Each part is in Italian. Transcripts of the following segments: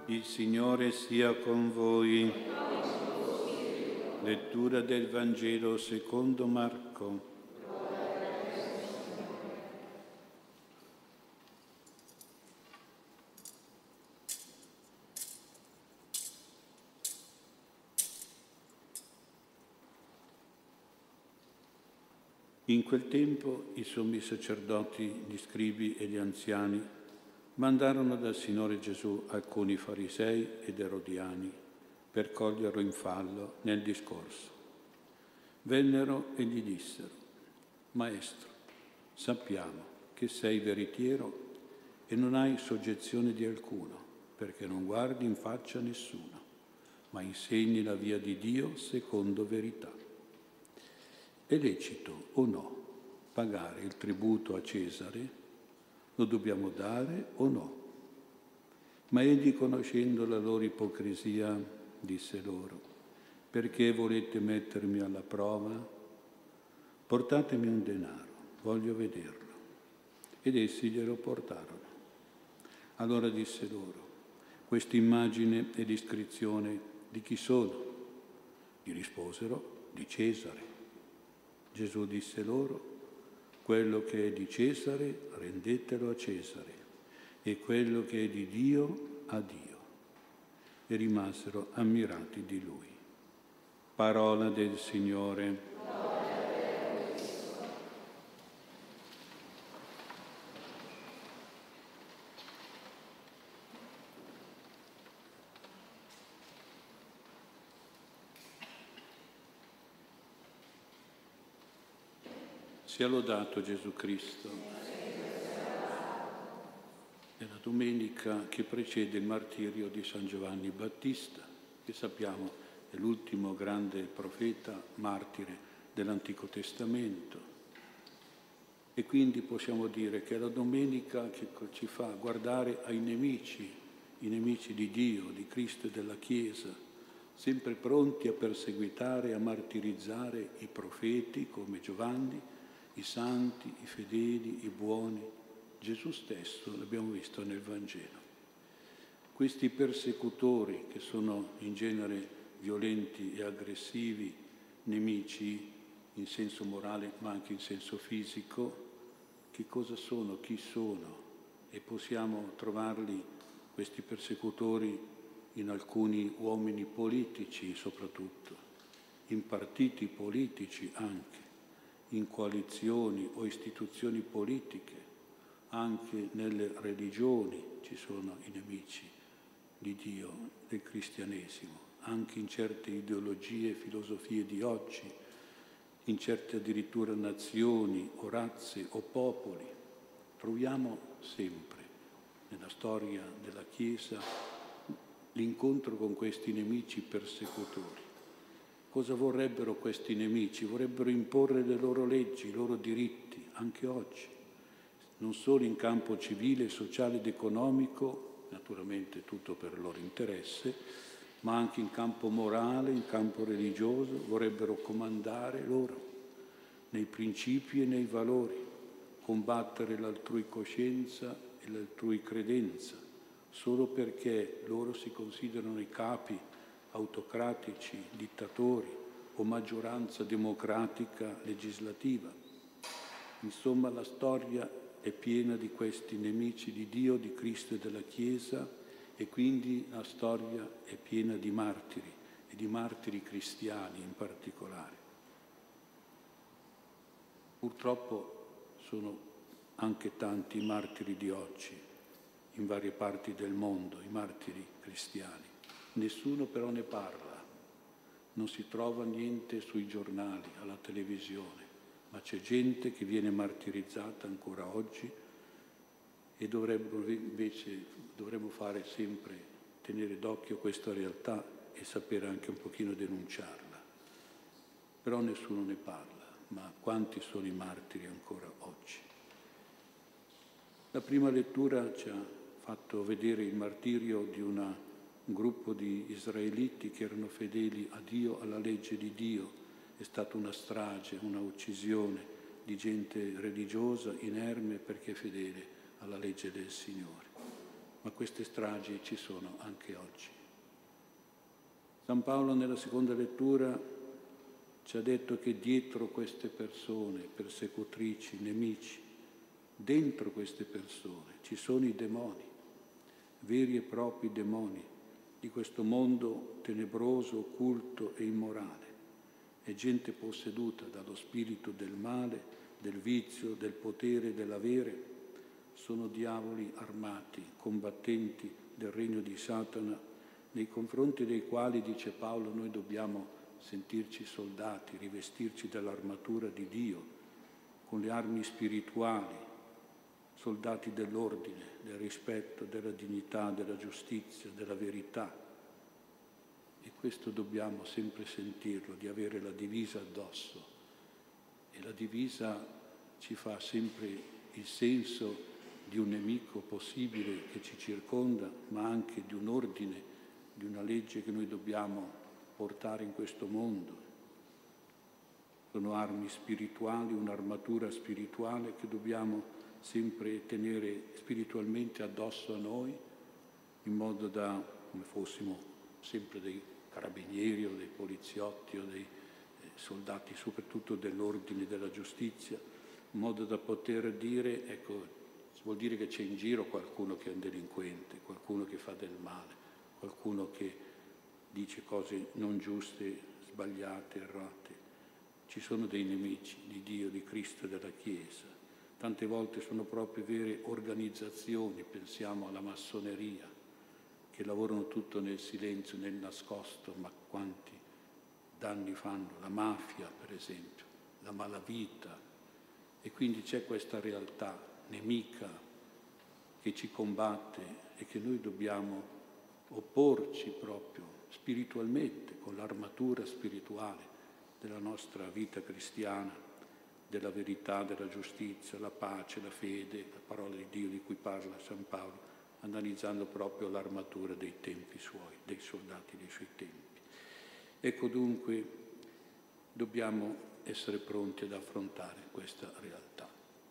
Il Signore sia con voi. Lettura del Vangelo secondo Marco. In quel tempo i sommi sacerdoti, gli scribi e gli anziani mandarono dal Signore Gesù alcuni farisei ed erodiani per coglierlo in fallo nel discorso. Vennero e gli dissero: Maestro, sappiamo che sei veritiero e non hai soggezione di alcuno, perché non guardi in faccia nessuno, ma insegni la via di Dio secondo verità. È lecito o no pagare il tributo a Cesare? Lo dobbiamo dare o no? Ma egli, conoscendo la loro ipocrisia, disse loro: perché volete mettermi alla prova? Portatemi un denaro, voglio vederlo. Ed essi glielo portarono. Allora disse loro: questa immagine e l'iscrizione di chi sono? Gli risposero: di Cesare. Gesù disse loro: quello che è di Cesare rendetelo a Cesare e quello che è di Dio a Dio. E rimasero ammirati di lui. Parola del Signore. Sia lodato Gesù Cristo. È la domenica che precede il martirio di San Giovanni Battista, che sappiamo è l'ultimo grande profeta martire dell'Antico Testamento. E quindi possiamo dire che è la domenica che ci fa guardare ai nemici, i nemici di Dio, di Cristo e della Chiesa, sempre pronti a perseguitare e a martirizzare i profeti come Giovanni, i santi, i fedeli, i buoni, Gesù stesso, l'abbiamo visto nel Vangelo. Questi persecutori, che sono in genere violenti e aggressivi, nemici in senso morale ma anche in senso fisico, che cosa sono, chi sono? E possiamo trovarli, questi persecutori, in alcuni uomini politici soprattutto, in partiti politici anche, in coalizioni o istituzioni politiche, anche nelle religioni ci sono i nemici di Dio, del cristianesimo, anche in certe ideologie e filosofie di oggi, in certe addirittura nazioni o razze o popoli. Troviamo sempre nella storia della Chiesa l'incontro con questi nemici persecutori. Cosa vorrebbero questi nemici? Vorrebbero imporre le loro leggi, i loro diritti, anche oggi, non solo in campo civile, sociale ed economico, naturalmente tutto per il loro interesse, ma anche in campo morale, in campo religioso, vorrebbero comandare loro nei principi e nei valori, combattere l'altrui coscienza e l'altrui credenza, solo perché loro si considerano i capi autocratici, dittatori o maggioranza democratica legislativa. Insomma, la storia è piena di questi nemici di Dio, di Cristo e della Chiesa, e quindi la storia è piena di martiri, e di martiri cristiani in particolare. Purtroppo sono anche tanti i martiri di oggi, in varie parti del mondo, i martiri cristiani. Nessuno però ne parla, non si trova niente sui giornali, alla televisione, ma c'è gente che viene martirizzata ancora oggi e dovremmo fare sempre, tenere d'occhio questa realtà e sapere anche un pochino denunciarla. Però nessuno ne parla, ma quanti sono i martiri ancora oggi? La prima lettura ci ha fatto vedere il martirio di un gruppo di israeliti che erano fedeli a Dio, alla legge di Dio. È stata una strage, una uccisione di gente religiosa, inerme perché fedele alla legge del Signore. ma queste stragi ci sono anche oggi. San Paolo nella seconda lettura ci ha detto che dietro queste persone, persecutrici, nemici, dentro queste persone ci sono i demoni, veri e propri demoni di questo mondo tenebroso, occulto e immorale. È gente posseduta dallo spirito del male, del vizio, del potere, dell'avere. Sono diavoli armati, combattenti del regno di Satana, nei confronti dei quali, dice Paolo, noi dobbiamo sentirci soldati, rivestirci dell'armatura di Dio, con le armi spirituali, soldati dell'ordine, del rispetto, della dignità, della giustizia, della verità. E questo dobbiamo sempre sentirlo, di avere la divisa addosso. E la divisa ci fa sempre il senso di un nemico possibile che ci circonda, ma anche di un ordine, di una legge che noi dobbiamo portare in questo mondo. Sono armi spirituali, un'armatura spirituale che dobbiamo sempre tenere spiritualmente addosso a noi, in modo da, come fossimo sempre dei carabinieri o dei poliziotti o dei soldati, soprattutto dell'ordine e della giustizia, in modo da poter dire, ecco, vuol dire che c'è in giro qualcuno che è un delinquente, qualcuno che fa del male, qualcuno che dice cose non giuste, sbagliate, errate. Ci sono dei nemici di Dio, di Cristo e della Chiesa. Tante volte sono proprio vere organizzazioni, pensiamo alla massoneria, che lavorano tutto nel silenzio, nel nascosto, ma quanti danni fanno, la mafia per esempio, la malavita. E quindi c'è questa realtà nemica che ci combatte e che noi dobbiamo opporci proprio spiritualmente, con l'armatura spirituale della nostra vita cristiana, della verità, della giustizia, la pace, la fede, la parola di Dio di cui parla San Paolo, analizzando proprio l'armatura dei tempi suoi, dei soldati dei suoi tempi. Ecco dunque, dobbiamo essere pronti ad affrontare questa realtà.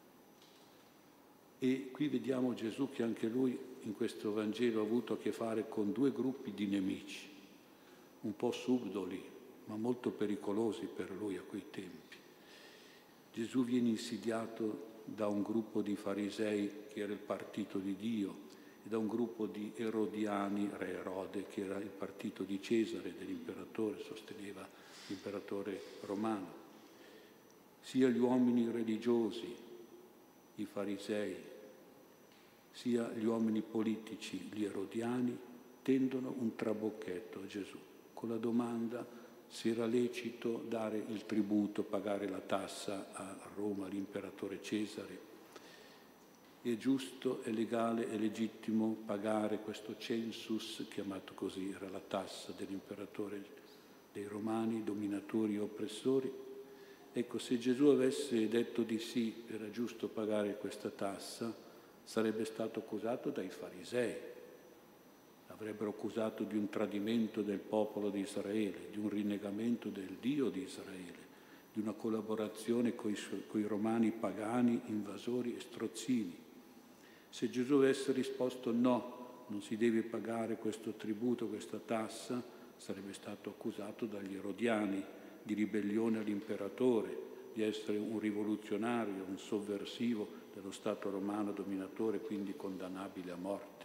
E qui vediamo Gesù che anche lui in questo Vangelo ha avuto a che fare con due gruppi di nemici, un po' subdoli, ma molto pericolosi per lui a quei tempi. Gesù viene insidiato da un gruppo di farisei che era il partito di Dio e da un gruppo di erodiani, re Erode, che era il partito di Cesare, dell'imperatore, sosteneva l'imperatore romano. Sia gli uomini religiosi, i farisei, sia gli uomini politici, gli erodiani, tendono un trabocchetto a Gesù, con la domanda se era lecito dare il tributo, pagare la tassa a Roma, all'imperatore Cesare. È giusto, è legale, è legittimo pagare questo census, chiamato così, era la tassa dell'imperatore dei Romani, dominatori e oppressori. Ecco, se Gesù avesse detto di sì, era giusto pagare questa tassa, sarebbe stato accusato dai farisei, avrebbero accusato di un tradimento del popolo di Israele, di un rinnegamento del Dio di Israele, di una collaborazione con i romani pagani, invasori e strozzini. Se Gesù avesse risposto no, non si deve pagare questo tributo, questa tassa, sarebbe stato accusato dagli erodiani di ribellione all'imperatore, di essere un rivoluzionario, un sovversivo dello Stato romano dominatore, quindi condannabile a morte.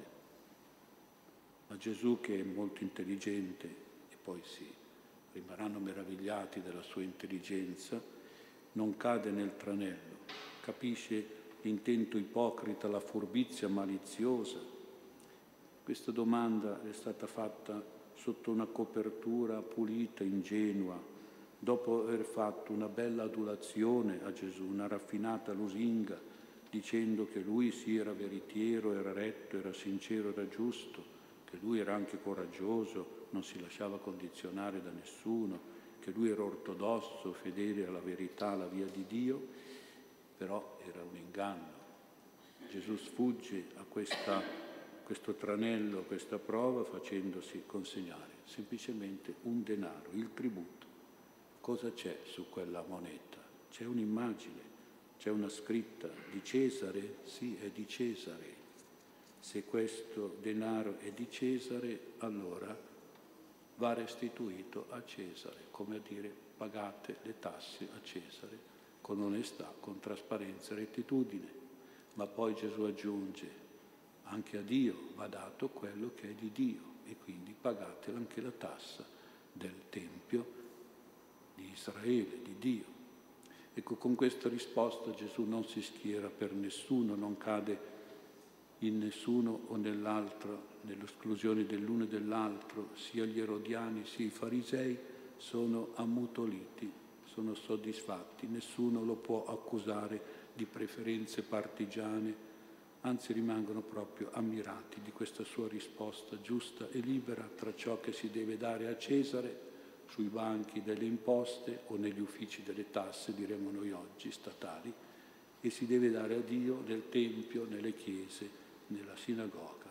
Ma Gesù, che è molto intelligente, e poi rimarranno meravigliati della sua intelligenza, non cade nel tranello, capisce l'intento ipocrita, la furbizia maliziosa. Questa domanda è stata fatta sotto una copertura pulita, ingenua, dopo aver fatto una bella adulazione a Gesù, una raffinata lusinga, dicendo che lui sì era veritiero, era retto, era sincero, era giusto, che lui era anche coraggioso, non si lasciava condizionare da nessuno, che lui era ortodosso, fedele alla verità, alla via di Dio, però era un inganno. Gesù sfugge a questo tranello, a questa prova, facendosi consegnare semplicemente un denaro, il tributo. Cosa c'è su quella moneta? C'è un'immagine, c'è una scritta di Cesare? Sì, è di Cesare. Se questo denaro è di Cesare, allora va restituito a Cesare, come a dire pagate le tasse a Cesare con onestà, con trasparenza e rettitudine. Ma poi Gesù aggiunge, anche a Dio va dato quello che è di Dio e quindi pagate anche la tassa del Tempio di Israele, di Dio. Ecco, con questa risposta Gesù non si schiera per nessuno, non cade in nessuno o nell'altro, nell'esclusione dell'uno e dell'altro, sia gli erodiani sia i farisei sono ammutoliti, sono soddisfatti, nessuno lo può accusare di preferenze partigiane, anzi rimangono proprio ammirati di questa sua risposta giusta e libera tra ciò che si deve dare a Cesare sui banchi delle imposte o negli uffici delle tasse, diremmo noi oggi, statali, e si deve dare a Dio nel Tempio, nelle chiese, nella sinagoga.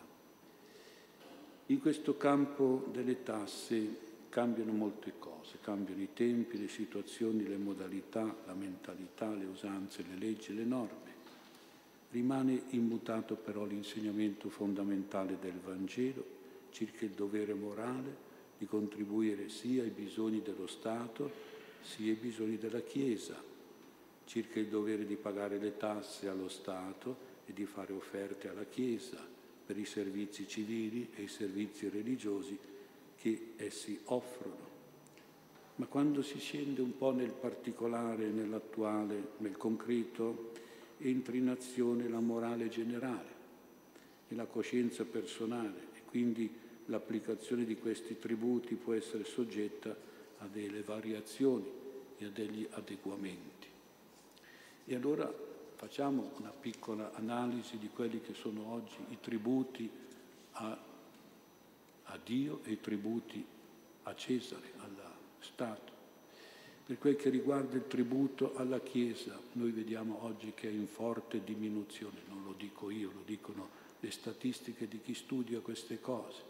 In questo campo delle tasse cambiano molte cose, cambiano i tempi, le situazioni, le modalità, la mentalità, le usanze, le leggi, le norme. Rimane immutato però l'insegnamento fondamentale del Vangelo circa il dovere morale di contribuire sia ai bisogni dello Stato sia ai bisogni della Chiesa, circa il dovere di pagare le tasse allo Stato e di fare offerte alla Chiesa per i servizi civili e i servizi religiosi che essi offrono. Ma quando si scende un po' nel particolare, nell'attuale, nel concreto, entra in azione la morale generale e la coscienza personale e quindi l'applicazione di questi tributi può essere soggetta a delle variazioni e a degli adeguamenti. E allora facciamo una piccola analisi di quelli che sono oggi i tributi a Dio e i tributi a Cesare, allo Stato. Per quel che riguarda il tributo alla Chiesa, noi vediamo oggi che è in forte diminuzione, non lo dico io, lo dicono le statistiche di chi studia queste cose.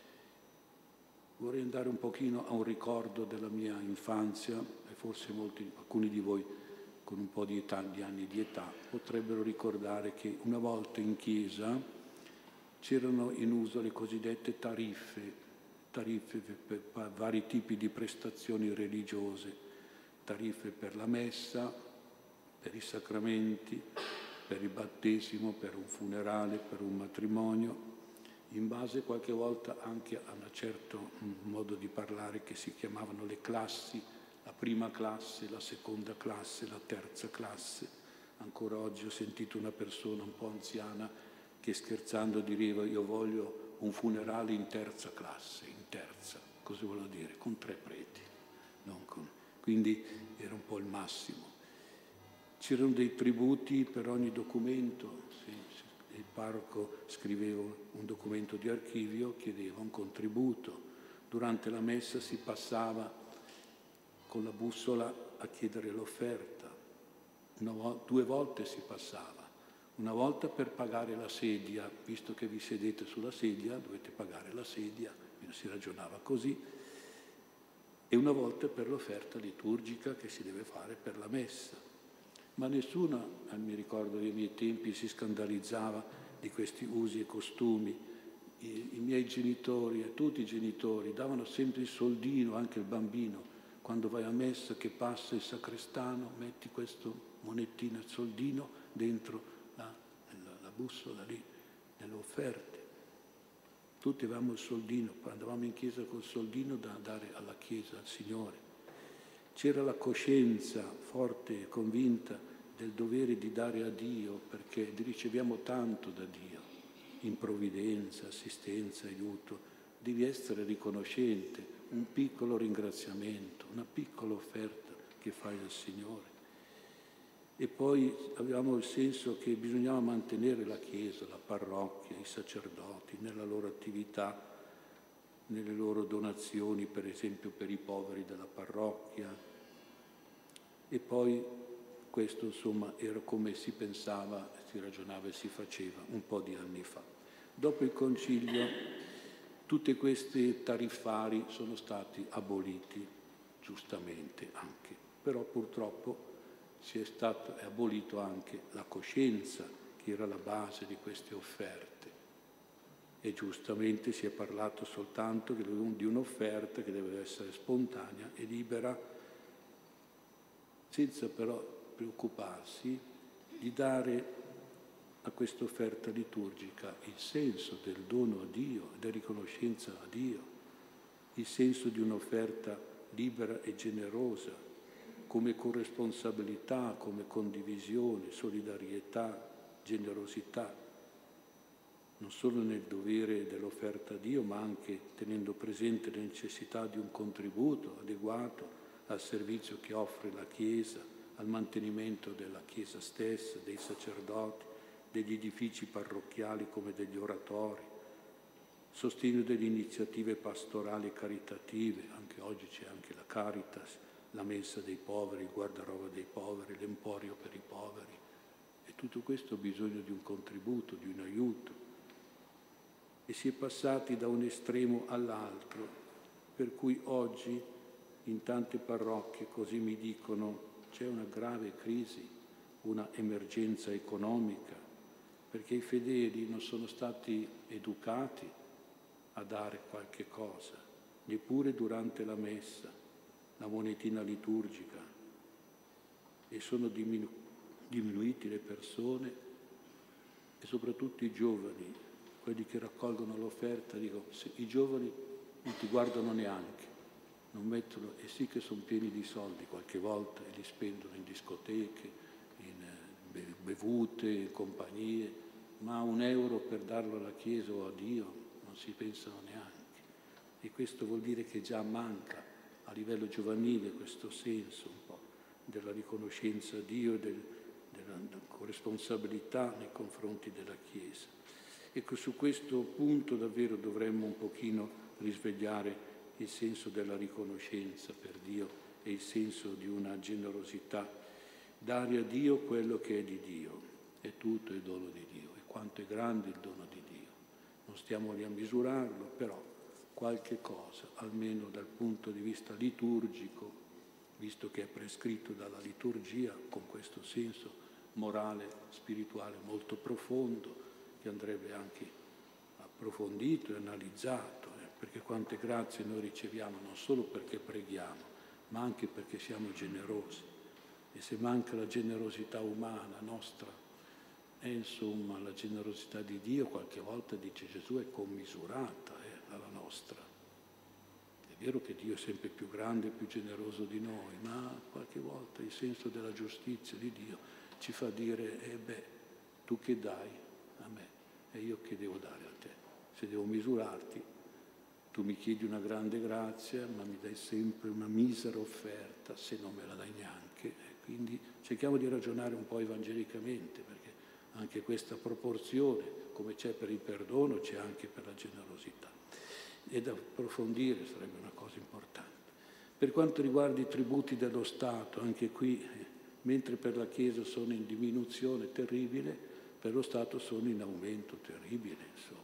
Vorrei andare un pochino a un ricordo della mia infanzia, e forse alcuni di voi con un po' di anni di età potrebbero ricordare che una volta in chiesa c'erano in uso le cosiddette tariffe per vari tipi di prestazioni religiose, tariffe per la messa, per i sacramenti, per il battesimo, per un funerale, per un matrimonio, in base qualche volta anche a un certo modo di parlare che si chiamavano le classi, la prima classe, la seconda classe, la terza classe. Ancora oggi ho sentito una persona un po' anziana che scherzando diceva io voglio un funerale in terza classe, in terza. Cosa vuol dire? Con 3 preti, non con... Quindi era un po' il massimo. C'erano dei tributi per ogni documento. Il parroco scriveva un documento di archivio, chiedeva un contributo. Durante la messa si passava con la bussola a chiedere l'offerta. 2 volte si passava. Una volta per pagare la sedia, visto che vi sedete sulla sedia, dovete pagare la sedia, si ragionava così, e una volta per l'offerta liturgica che si deve fare per la messa. Ma nessuno, mi ricordo dei miei tempi, si scandalizzava di questi usi e costumi. I miei genitori e tutti i genitori davano sempre il soldino, anche il bambino. Quando vai a messa che passa il sacrestano, metti questo monettino, il soldino, dentro la bussola lì, nelle offerte. Tutti avevamo il soldino, andavamo in chiesa col soldino da dare alla chiesa, al Signore. C'era la coscienza forte e convinta del dovere di dare a Dio, perché riceviamo tanto da Dio, in provvidenza, assistenza, aiuto. Devi essere riconoscente, un piccolo ringraziamento, una piccola offerta che fai al Signore. E poi avevamo il senso che bisognava mantenere la Chiesa, la parrocchia, i sacerdoti nella loro attività, nelle loro donazioni, per esempio per i poveri della parrocchia. E poi questo insomma era come si pensava, si ragionava e si faceva un po' di anni fa. Dopo il Concilio tutti questi tariffari sono stati aboliti, giustamente anche, però purtroppo è abolito anche la coscienza che era la base di queste offerte. E giustamente si è parlato soltanto di un'offerta che deve essere spontanea e libera, senza però preoccuparsi di dare a questa offerta liturgica il senso del dono a Dio, della riconoscenza a Dio, il senso di un'offerta libera e generosa, come corresponsabilità, come condivisione, solidarietà, generosità, non solo nel dovere dell'offerta a Dio, ma anche tenendo presente la necessità di un contributo adeguato al servizio che offre la Chiesa, al mantenimento della Chiesa stessa, dei sacerdoti, degli edifici parrocchiali come degli oratori, sostegno delle iniziative pastorali e caritative, anche oggi c'è anche la Caritas, la mensa dei poveri, il guardaroba dei poveri, l'emporio per i poveri, e tutto questo ha bisogno di un contributo, di un aiuto. E si è passati da un estremo all'altro, per cui oggi in tante parrocchie, così mi dicono, c'è una grave crisi, una emergenza economica, perché i fedeli non sono stati educati a dare qualche cosa, neppure durante la messa, la monetina liturgica, e sono diminuiti le persone e soprattutto i giovani, quelli che raccolgono l'offerta. Dico, i giovani non ti guardano neanche, non mettono, e sì che sono pieni di soldi qualche volta e li spendono in discoteche, in bevute, in compagnie, ma €1 per darlo alla Chiesa o a Dio non si pensano neanche. E questo vuol dire che già manca a livello giovanile questo senso un po' della riconoscenza a Dio, della corresponsabilità nei confronti della Chiesa. Ecco, su questo punto davvero dovremmo un pochino risvegliare il senso della riconoscenza per Dio e il senso di una generosità, dare a Dio quello che è di Dio, è tutto il dono di Dio, e quanto è grande il dono di Dio. Non stiamo lì a misurarlo, però qualche cosa, almeno dal punto di vista liturgico, visto che è prescritto dalla liturgia, con questo senso morale, spirituale molto profondo, che andrebbe anche approfondito e analizzato, perché quante grazie noi riceviamo non solo perché preghiamo, ma anche perché siamo generosi. E se manca la generosità umana nostra, insomma la generosità di Dio qualche volta, dice Gesù, è commisurata alla nostra. È vero che Dio è sempre più grande e più generoso di noi, ma qualche volta il senso della giustizia di Dio ci fa dire, tu che dai a me e io che devo dare a te? Se devo misurarti, tu mi chiedi una grande grazia, ma mi dai sempre una misera offerta se non me la dai neanche. E quindi cerchiamo di ragionare un po' evangelicamente, perché anche questa proporzione, come c'è per il perdono, c'è anche per la generosità. E da approfondire sarebbe una cosa importante. Per quanto riguarda i tributi dello Stato, anche qui, mentre per la Chiesa sono in diminuzione terribile, per lo Stato sono in aumento terribile, insomma.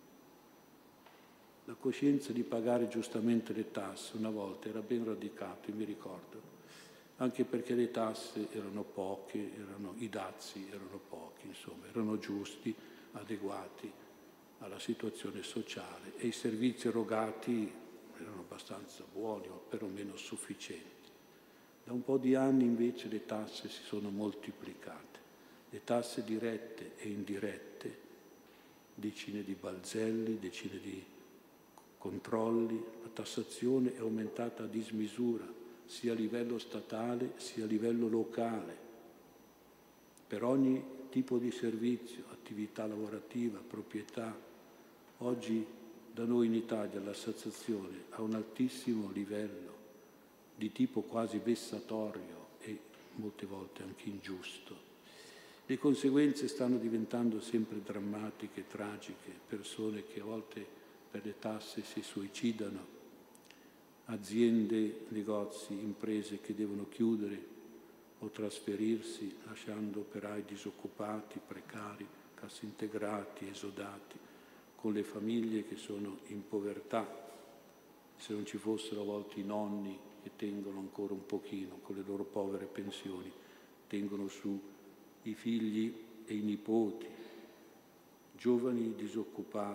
La coscienza di pagare giustamente le tasse una volta era ben radicato, mi ricordo, anche perché le tasse erano poche, i dazi erano pochi, insomma, erano giusti, adeguati alla situazione sociale, e i servizi erogati erano abbastanza buoni o perlomeno sufficienti. Da un po' di anni invece le tasse si sono moltiplicate, le tasse dirette e indirette, decine di balzelli, decine di controlli, la tassazione è aumentata a dismisura, sia a livello statale sia a livello locale, per ogni tipo di servizio, attività lavorativa, proprietà. Oggi da noi in Italia la tassazione ha un altissimo livello, di tipo quasi vessatorio e molte volte anche ingiusto. Le conseguenze stanno diventando sempre drammatiche, tragiche, persone che a volte per le tasse si suicidano, aziende, negozi, imprese che devono chiudere o trasferirsi lasciando operai disoccupati, precari, cassintegrati, esodati, con le famiglie che sono in povertà. Se non ci fossero a volte i nonni che tengono ancora un pochino con le loro povere pensioni, tengono su i figli e i nipoti, giovani disoccupati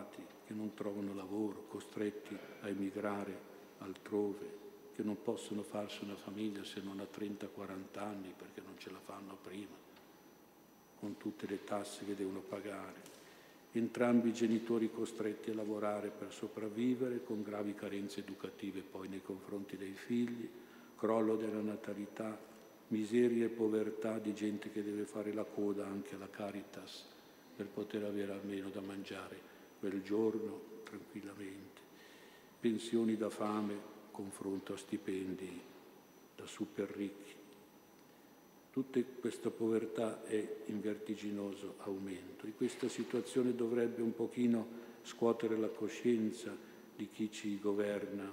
che non trovano lavoro, costretti a emigrare altrove, che non possono farsi una famiglia se non a 30-40 anni perché non ce la fanno prima, con tutte le tasse che devono pagare. Entrambi i genitori costretti a lavorare per sopravvivere, con gravi carenze educative poi nei confronti dei figli, crollo della natalità, miseria e povertà di gente che deve fare la coda anche alla Caritas per poter avere almeno da mangiare quel giorno tranquillamente, pensioni da fame, confronto a stipendi da super ricchi. Tutta questa povertà è in vertiginoso aumento e questa situazione dovrebbe un pochino scuotere la coscienza di chi ci governa,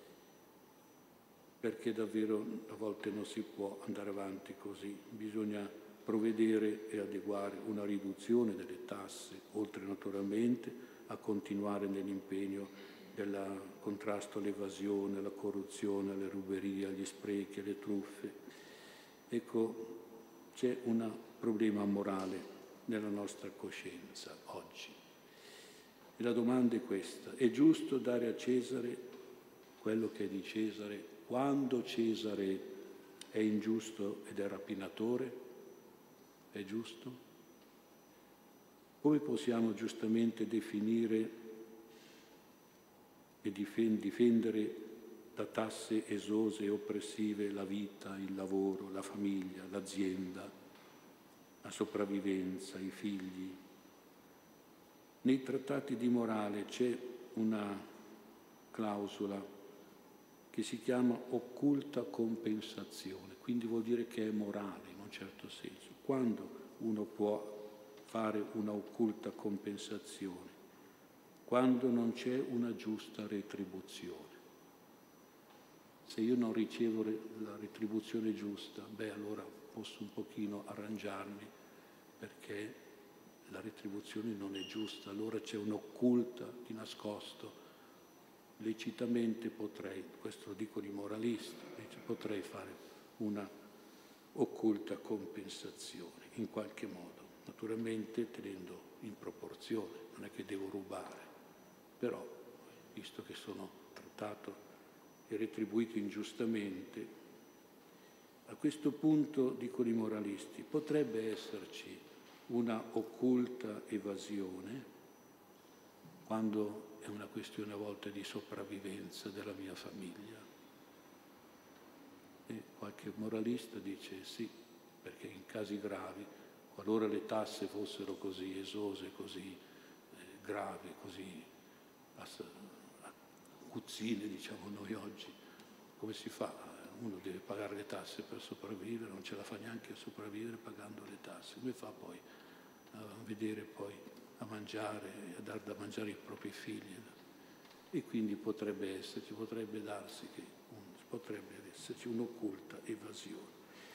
perché davvero a volte non si può andare avanti così. Bisogna provvedere e adeguare una riduzione delle tasse, oltre naturalmente a continuare nell'impegno del contrasto all'evasione, alla corruzione, alle ruberie, agli sprechi, alle truffe. Ecco, c'è un problema morale nella nostra coscienza oggi. E la domanda è questa: è giusto dare a Cesare quello che è di Cesare quando Cesare è ingiusto ed è rapinatore? È giusto? Come possiamo giustamente definire e difendere da tasse esose e oppressive la vita, il lavoro, la famiglia, l'azienda, la sopravvivenza, i figli? Nei trattati di morale c'è una clausola che si chiama occulta compensazione, quindi vuol dire che è morale in un certo senso. Quando uno può fare una occulta compensazione? Quando non c'è una giusta retribuzione. Se io non ricevo la retribuzione giusta, allora posso un pochino arrangiarmi perché la retribuzione non è giusta, allora c'è un'occulta di nascosto. Lecitamente potrei, questo lo dicono i moralisti, potrei fare una occulta compensazione in qualche modo, naturalmente tenendo in proporzione, non è che devo rubare, però visto che sono trattato e retribuito ingiustamente, a questo punto, dicono i moralisti, potrebbe esserci una occulta evasione quando è una questione a volte di sopravvivenza della mia famiglia. E qualche moralista dice sì, perché in casi gravi, qualora le tasse fossero così esose, così gravi, così aguzzine, diciamo noi oggi, come si fa? Uno deve pagare le tasse per sopravvivere, non ce la fa neanche a sopravvivere pagando le tasse. Come fa poi a vedere poi a mangiare, a dar da mangiare ai propri figli? E quindi potrebbe esserci un'occulta evasione.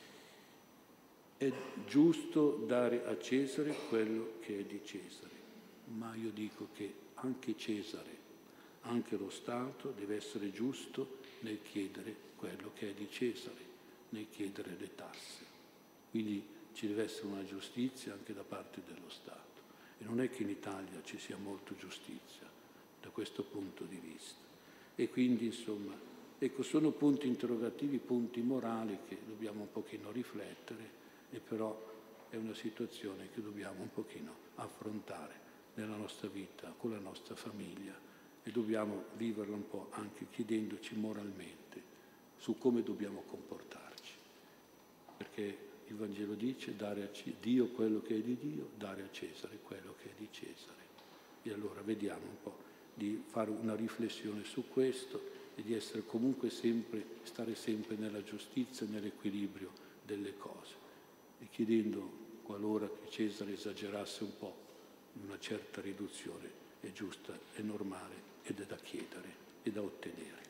È giusto dare a Cesare quello che è di Cesare, ma io dico che anche Cesare, anche lo Stato deve essere giusto nel chiedere quello che è di Cesare, nel chiedere le tasse. Quindi ci deve essere una giustizia anche da parte dello Stato. E non è che in Italia ci sia molta giustizia da questo punto di vista. E quindi, insomma, ecco, sono punti interrogativi, punti morali che dobbiamo un pochino riflettere, e però è una situazione che dobbiamo un pochino affrontare nella nostra vita, con la nostra famiglia, e dobbiamo viverla un po' anche chiedendoci moralmente su come dobbiamo comportarci. Perché il Vangelo dice dare a Dio quello che è di Dio, dare a Cesare quello che è di Cesare. E allora vediamo un po' di fare una riflessione su questo e di essere comunque stare sempre nella giustizia, nell'equilibrio delle cose. E chiedendo, qualora che Cesare esagerasse un po', una certa riduzione è giusta, è normale ed è da chiedere e da ottenere.